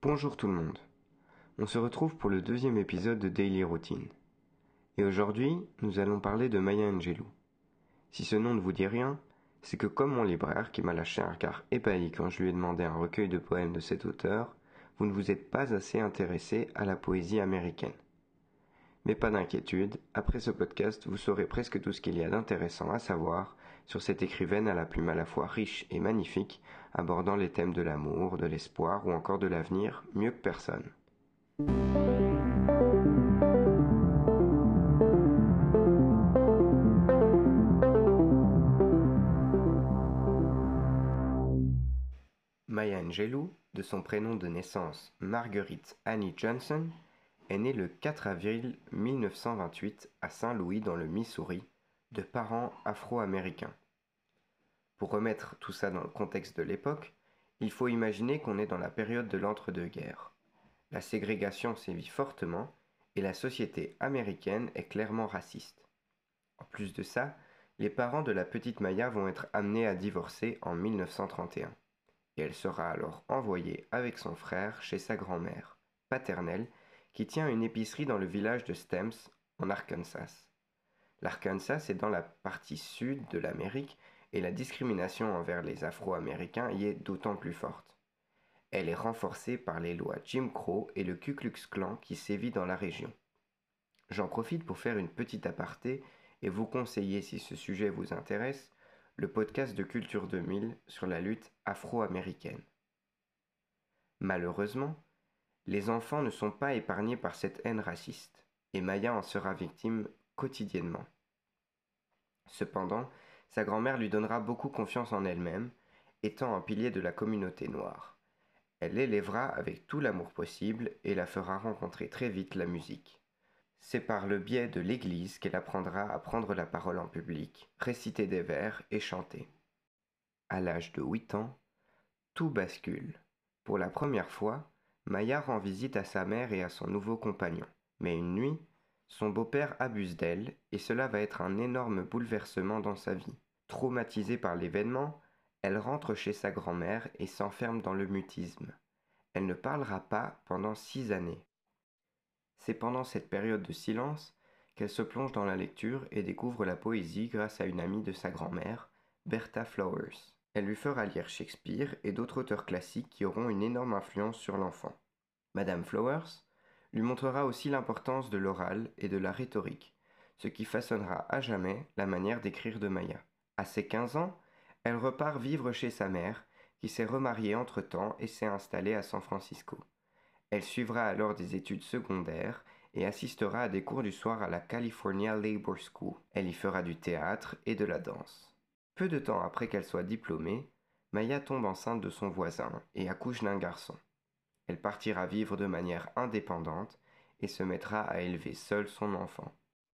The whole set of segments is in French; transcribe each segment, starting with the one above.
Bonjour tout le monde. On se retrouve pour le deuxième épisode de Daily Routine. Et aujourd'hui, nous allons parler de Maya Angelou. Si ce nom ne vous dit rien, c'est que comme mon libraire qui m'a lâché un regard ébahi quand je lui ai demandé un recueil de poèmes de cet auteur, vous ne vous êtes pas assez intéressé à la poésie américaine. Mais pas d'inquiétude, après ce podcast, vous saurez presque tout ce qu'il y a d'intéressant à savoir sur cette écrivaine à la plume à la fois riche et magnifique, abordant les thèmes de l'amour, de l'espoir ou encore de l'avenir mieux que personne. Maya Angelou, de son prénom de naissance Marguerite Annie Johnson, est née le 4 avril 1928 à Saint-Louis dans le Missouri, de parents afro-américains. Pour remettre tout ça dans le contexte de l'époque, il faut imaginer qu'on est dans la période de l'entre-deux-guerres. La ségrégation sévit fortement et la société américaine est clairement raciste. En plus de ça, les parents de la petite Maya vont être amenés à divorcer en 1931 et elle sera alors envoyée avec son frère chez sa grand-mère paternelle qui tient une épicerie dans le village de Stems en Arkansas. L'Arkansas est dans la partie sud de l'Amérique et la discrimination envers les Afro-Américains y est d'autant plus forte. Elle est renforcée par les lois Jim Crow et le Ku Klux Klan qui sévit dans la région. J'en profite pour faire une petite aparté et vous conseiller, si ce sujet vous intéresse, le podcast de Culture 2000 sur la lutte afro-américaine. Malheureusement, les enfants ne sont pas épargnés par cette haine raciste, et Maya en sera victime quotidiennement. Cependant, sa grand-mère lui donnera beaucoup confiance en elle-même, étant un pilier de la communauté noire. Elle l'élèvera avec tout l'amour possible et la fera rencontrer très vite la musique. C'est par le biais de l'église qu'elle apprendra à prendre la parole en public, réciter des vers et chanter. À l'âge de 8 ans, tout bascule. Pour la première fois, Maya rend visite à sa mère et à son nouveau compagnon. Mais une nuit, son beau-père abuse d'elle et cela va être un énorme bouleversement dans sa vie. Traumatisée par l'événement, elle rentre chez sa grand-mère et s'enferme dans le mutisme. Elle ne parlera pas pendant 6 années. C'est pendant cette période de silence qu'elle se plonge dans la lecture et découvre la poésie grâce à une amie de sa grand-mère, Bertha Flowers. Elle lui fera lire Shakespeare et d'autres auteurs classiques qui auront une énorme influence sur l'enfant. Madame Flowers lui montrera aussi l'importance de l'oral et de la rhétorique, ce qui façonnera à jamais la manière d'écrire de Maya. À ses 15 ans, elle repart vivre chez sa mère, qui s'est remariée entre-temps et s'est installée à San Francisco. Elle suivra alors des études secondaires et assistera à des cours du soir à la California Labor School. Elle y fera du théâtre et de la danse. Peu de temps après qu'elle soit diplômée, Maya tombe enceinte de son voisin et accouche d'un garçon. Elle partira vivre de manière indépendante et se mettra à élever seule son enfant.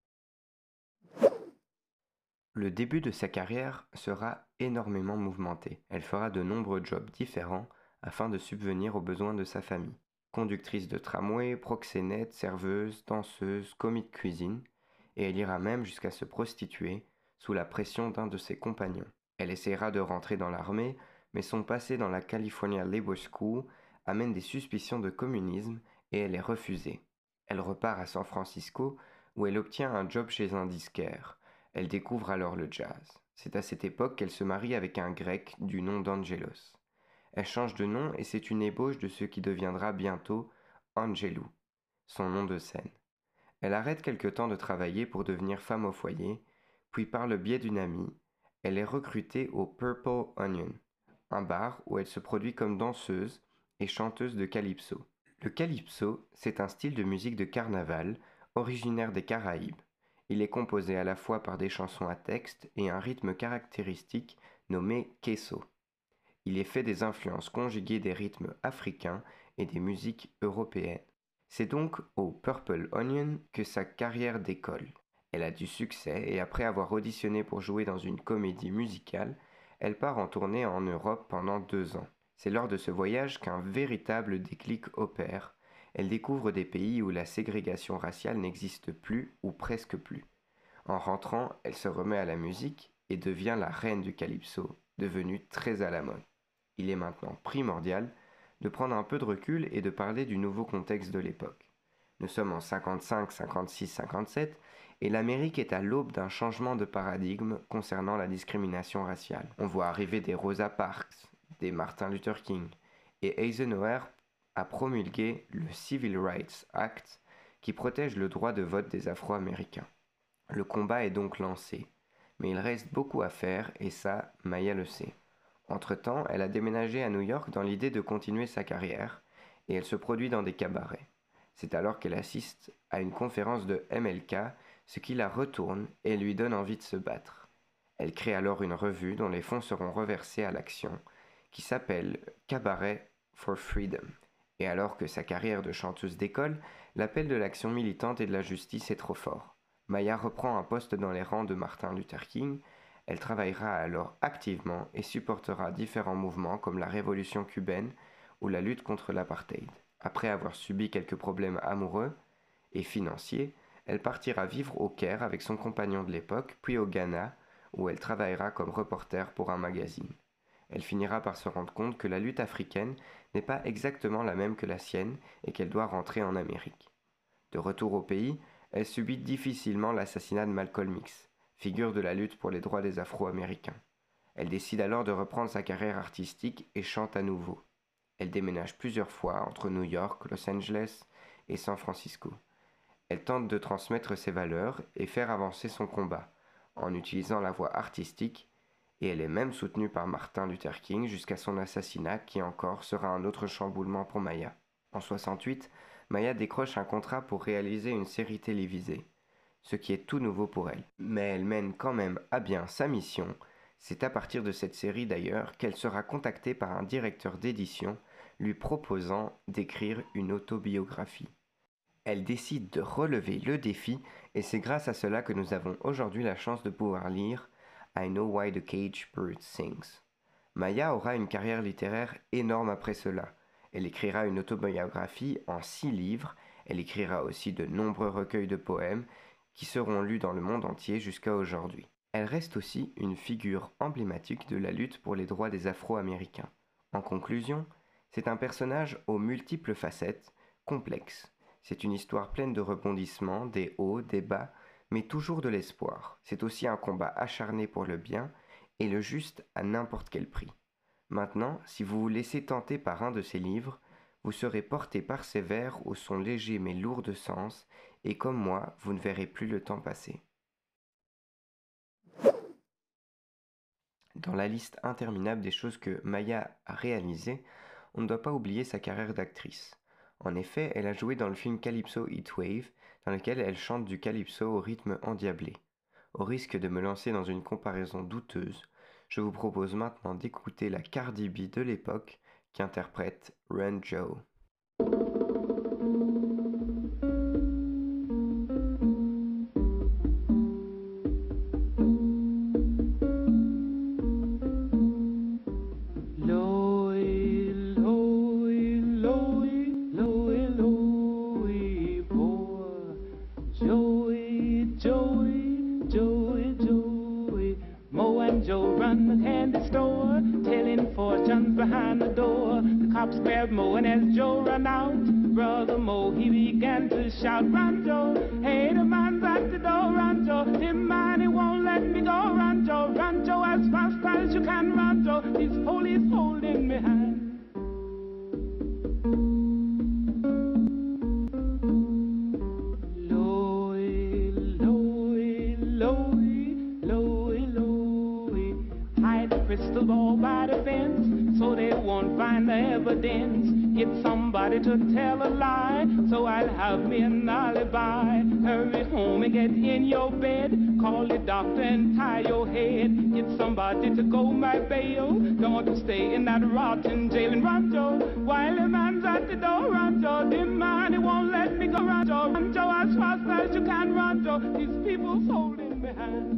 Le début de sa carrière sera énormément mouvementé. Elle fera de nombreux jobs différents afin de subvenir aux besoins de sa famille. Conductrice de tramway, proxénète, serveuse, danseuse, commis de cuisine, et elle ira même jusqu'à se prostituer sous la pression d'un de ses compagnons. Elle essaiera de rentrer dans l'armée, mais son passé dans la California Labor School amène des suspicions de communisme et elle est refusée. Elle repart à San Francisco où elle obtient un job chez un disquaire. Elle découvre alors le jazz. C'est à cette époque qu'elle se marie avec un grec du nom d'Angelos. Elle change de nom et c'est une ébauche de ce qui deviendra bientôt Angelou, son nom de scène. Elle arrête quelque temps de travailler pour devenir femme au foyer, puis par le biais d'une amie, elle est recrutée au Purple Onion, un bar où elle se produit comme danseuse et chanteuse de calypso. Le calypso, c'est un style de musique de carnaval originaire des Caraïbes. Il est composé à la fois par des chansons à texte et un rythme caractéristique nommé queso. Il est fait des influences conjuguées des rythmes africains et des musiques européennes. C'est donc au Purple Onion que sa carrière décolle. Elle a du succès et après avoir auditionné pour jouer dans une comédie musicale, elle part en tournée en Europe pendant 2 ans. C'est lors de ce voyage qu'un véritable déclic opère. Elle découvre des pays où la ségrégation raciale n'existe plus ou presque plus. En rentrant, elle se remet à la musique et devient la reine du calypso, devenue très à la mode. Il est maintenant primordial de prendre un peu de recul et de parler du nouveau contexte de l'époque. Nous sommes en 55, 56, 57 et l'Amérique est à l'aube d'un changement de paradigme concernant la discrimination raciale. On voit arriver des Rosa Parks, des Martin Luther King, et Eisenhower a promulgué le Civil Rights Act qui protège le droit de vote des Afro-Américains. Le combat est donc lancé, mais il reste beaucoup à faire et ça, Maya le sait. Entre-temps, elle a déménagé à New York dans l'idée de continuer sa carrière et elle se produit dans des cabarets. C'est alors qu'elle assiste à une conférence de MLK, ce qui la retourne et lui donne envie de se battre. Elle crée alors une revue dont les fonds seront reversés à l'action, qui s'appelle Cabaret for Freedom. Et alors que sa carrière de chanteuse décolle, l'appel de l'action militante et de la justice est trop fort. Maya reprend un poste dans les rangs de Martin Luther King. Elle travaillera alors activement et supportera différents mouvements comme la révolution cubaine ou la lutte contre l'apartheid. Après avoir subi quelques problèmes amoureux et financiers, elle partira vivre au Caire avec son compagnon de l'époque, puis au Ghana, où elle travaillera comme reporter pour un magazine. Elle finira par se rendre compte que la lutte africaine n'est pas exactement la même que la sienne et qu'elle doit rentrer en Amérique. De retour au pays, elle subit difficilement l'assassinat de Malcolm X, figure de la lutte pour les droits des Afro-Américains. Elle décide alors de reprendre sa carrière artistique et chante à nouveau. Elle déménage plusieurs fois entre New York, Los Angeles et San Francisco. Elle tente de transmettre ses valeurs et faire avancer son combat, en utilisant la voix artistique, et elle est même soutenue par Martin Luther King jusqu'à son assassinat qui encore sera un autre chamboulement pour Maya. En 68, Maya décroche un contrat pour réaliser une série télévisée, ce qui est tout nouveau pour elle. Mais elle mène quand même à bien sa mission. C'est à partir de cette série d'ailleurs qu'elle sera contactée par un directeur d'édition lui proposant d'écrire une autobiographie. Elle décide de relever le défi et c'est grâce à cela que nous avons aujourd'hui la chance de pouvoir lire I Know Why the Caged Bird Sings. Maya aura une carrière littéraire énorme après cela. Elle écrira une autobiographie en 6 livres, elle écrira aussi de nombreux recueils de poèmes qui seront lus dans le monde entier jusqu'à aujourd'hui. Elle reste aussi une figure emblématique de la lutte pour les droits des Afro-Américains. En conclusion, c'est un personnage aux multiples facettes, complexe. C'est une histoire pleine de rebondissements, des hauts, des bas, mais toujours de l'espoir. C'est aussi un combat acharné pour le bien et le juste à n'importe quel prix. Maintenant, si vous vous laissez tenter par un de ces livres, vous serez porté par ces vers au son léger mais lourd de sens, et comme moi, vous ne verrez plus le temps passer. Dans la liste interminable des choses que Maya a réalisées, on ne doit pas oublier sa carrière d'actrice. En effet, elle a joué dans le film Calypso Heatwave, dans lequel elle chante du calypso au rythme endiablé. Au risque de me lancer dans une comparaison douteuse, je vous propose maintenant d'écouter la Cardi B de l'époque qui interprète Run Joe. Grabbed Mo, and as Joe ran out, Brother Mo, he began to shout, "Run, Joe! Hey, the man's at the door, run, Joe! The man, he won't let me go, run, Joe! Run, Joe, as fast as you can, run, Joe! This police holding me hand." Crystal ball by the fence, so they won't find the evidence. Get somebody to tell a lie, so I'll have me an alibi. Hurry home and get in your bed, call the doctor and tie your head. Get somebody to go my bail, don't want to stay in that rotten jail. And run, Joe, while the man's at the door, run, Joe. The man, he won't let me go, run, Joe. Run, Joe, as fast as you can, run, Joe. These people's holding me hand.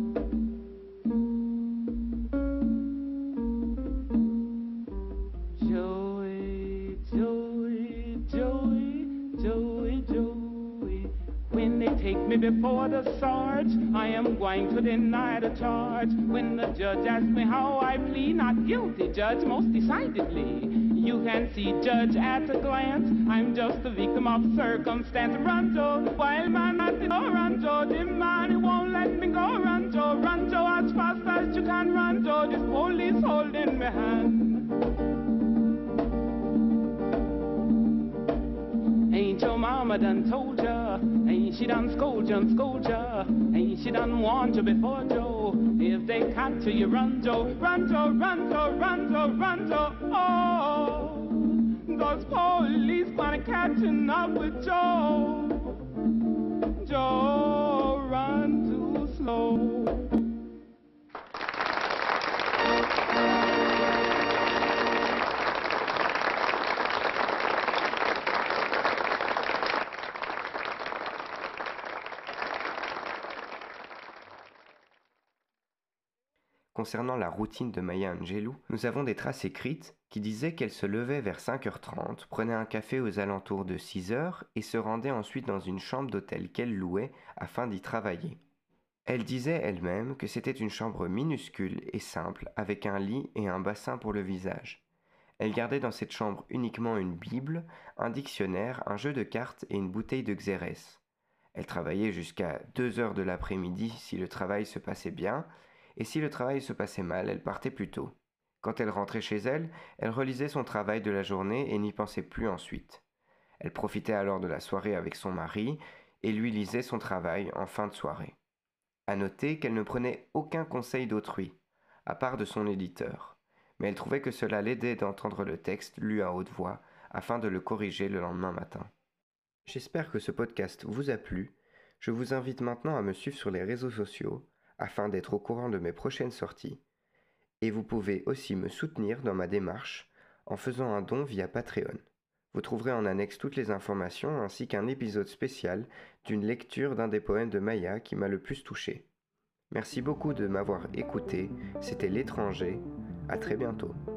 Take me before the sarge, I am going to deny the charge. When the judge asks me how I plead, not guilty, judge, most decidedly. You can see judge at a glance. I'm just a victim of circumstance. Run, Joe, wild man at the door. Run, Joe, the man he won't let me go. Run, Joe, as fast as you can. Run, Joe, this police holding my hand. Ain't your mama done told ya? Ain't she done scold ya and scold ya? Ain't she done warned you before, Joe? If they catch you, run, Joe, run, Joe, run, Joe, run, Joe, run, Joe. Oh, those police wanna catching up with Joe. Joe, run too slow. Concernant la routine de Maya Angelou, nous avons des traces écrites qui disaient qu'elle se levait vers 5h30, prenait un café aux alentours de 6h et se rendait ensuite dans une chambre d'hôtel qu'elle louait afin d'y travailler. Elle disait elle-même que c'était une chambre minuscule et simple avec un lit et un bassin pour le visage. Elle gardait dans cette chambre uniquement une Bible, un dictionnaire, un jeu de cartes et une bouteille de Xérès. Elle travaillait jusqu'à 2h de l'après-midi si le travail se passait bien, et si le travail se passait mal, elle partait plus tôt. Quand elle rentrait chez elle, elle relisait son travail de la journée et n'y pensait plus ensuite. Elle profitait alors de la soirée avec son mari et lui lisait son travail en fin de soirée. À noter qu'elle ne prenait aucun conseil d'autrui, à part de son éditeur, mais elle trouvait que cela l'aidait d'entendre le texte lu à haute voix afin de le corriger le lendemain matin. J'espère que ce podcast vous a plu. Je vous invite maintenant à me suivre sur les réseaux sociaux afin d'être au courant de mes prochaines sorties. Et vous pouvez aussi me soutenir dans ma démarche en faisant un don via Patreon. Vous trouverez en annexe toutes les informations ainsi qu'un épisode spécial d'une lecture d'un des poèmes de Maya qui m'a le plus touché. Merci beaucoup de m'avoir écouté, c'était L'Étranger, à très bientôt.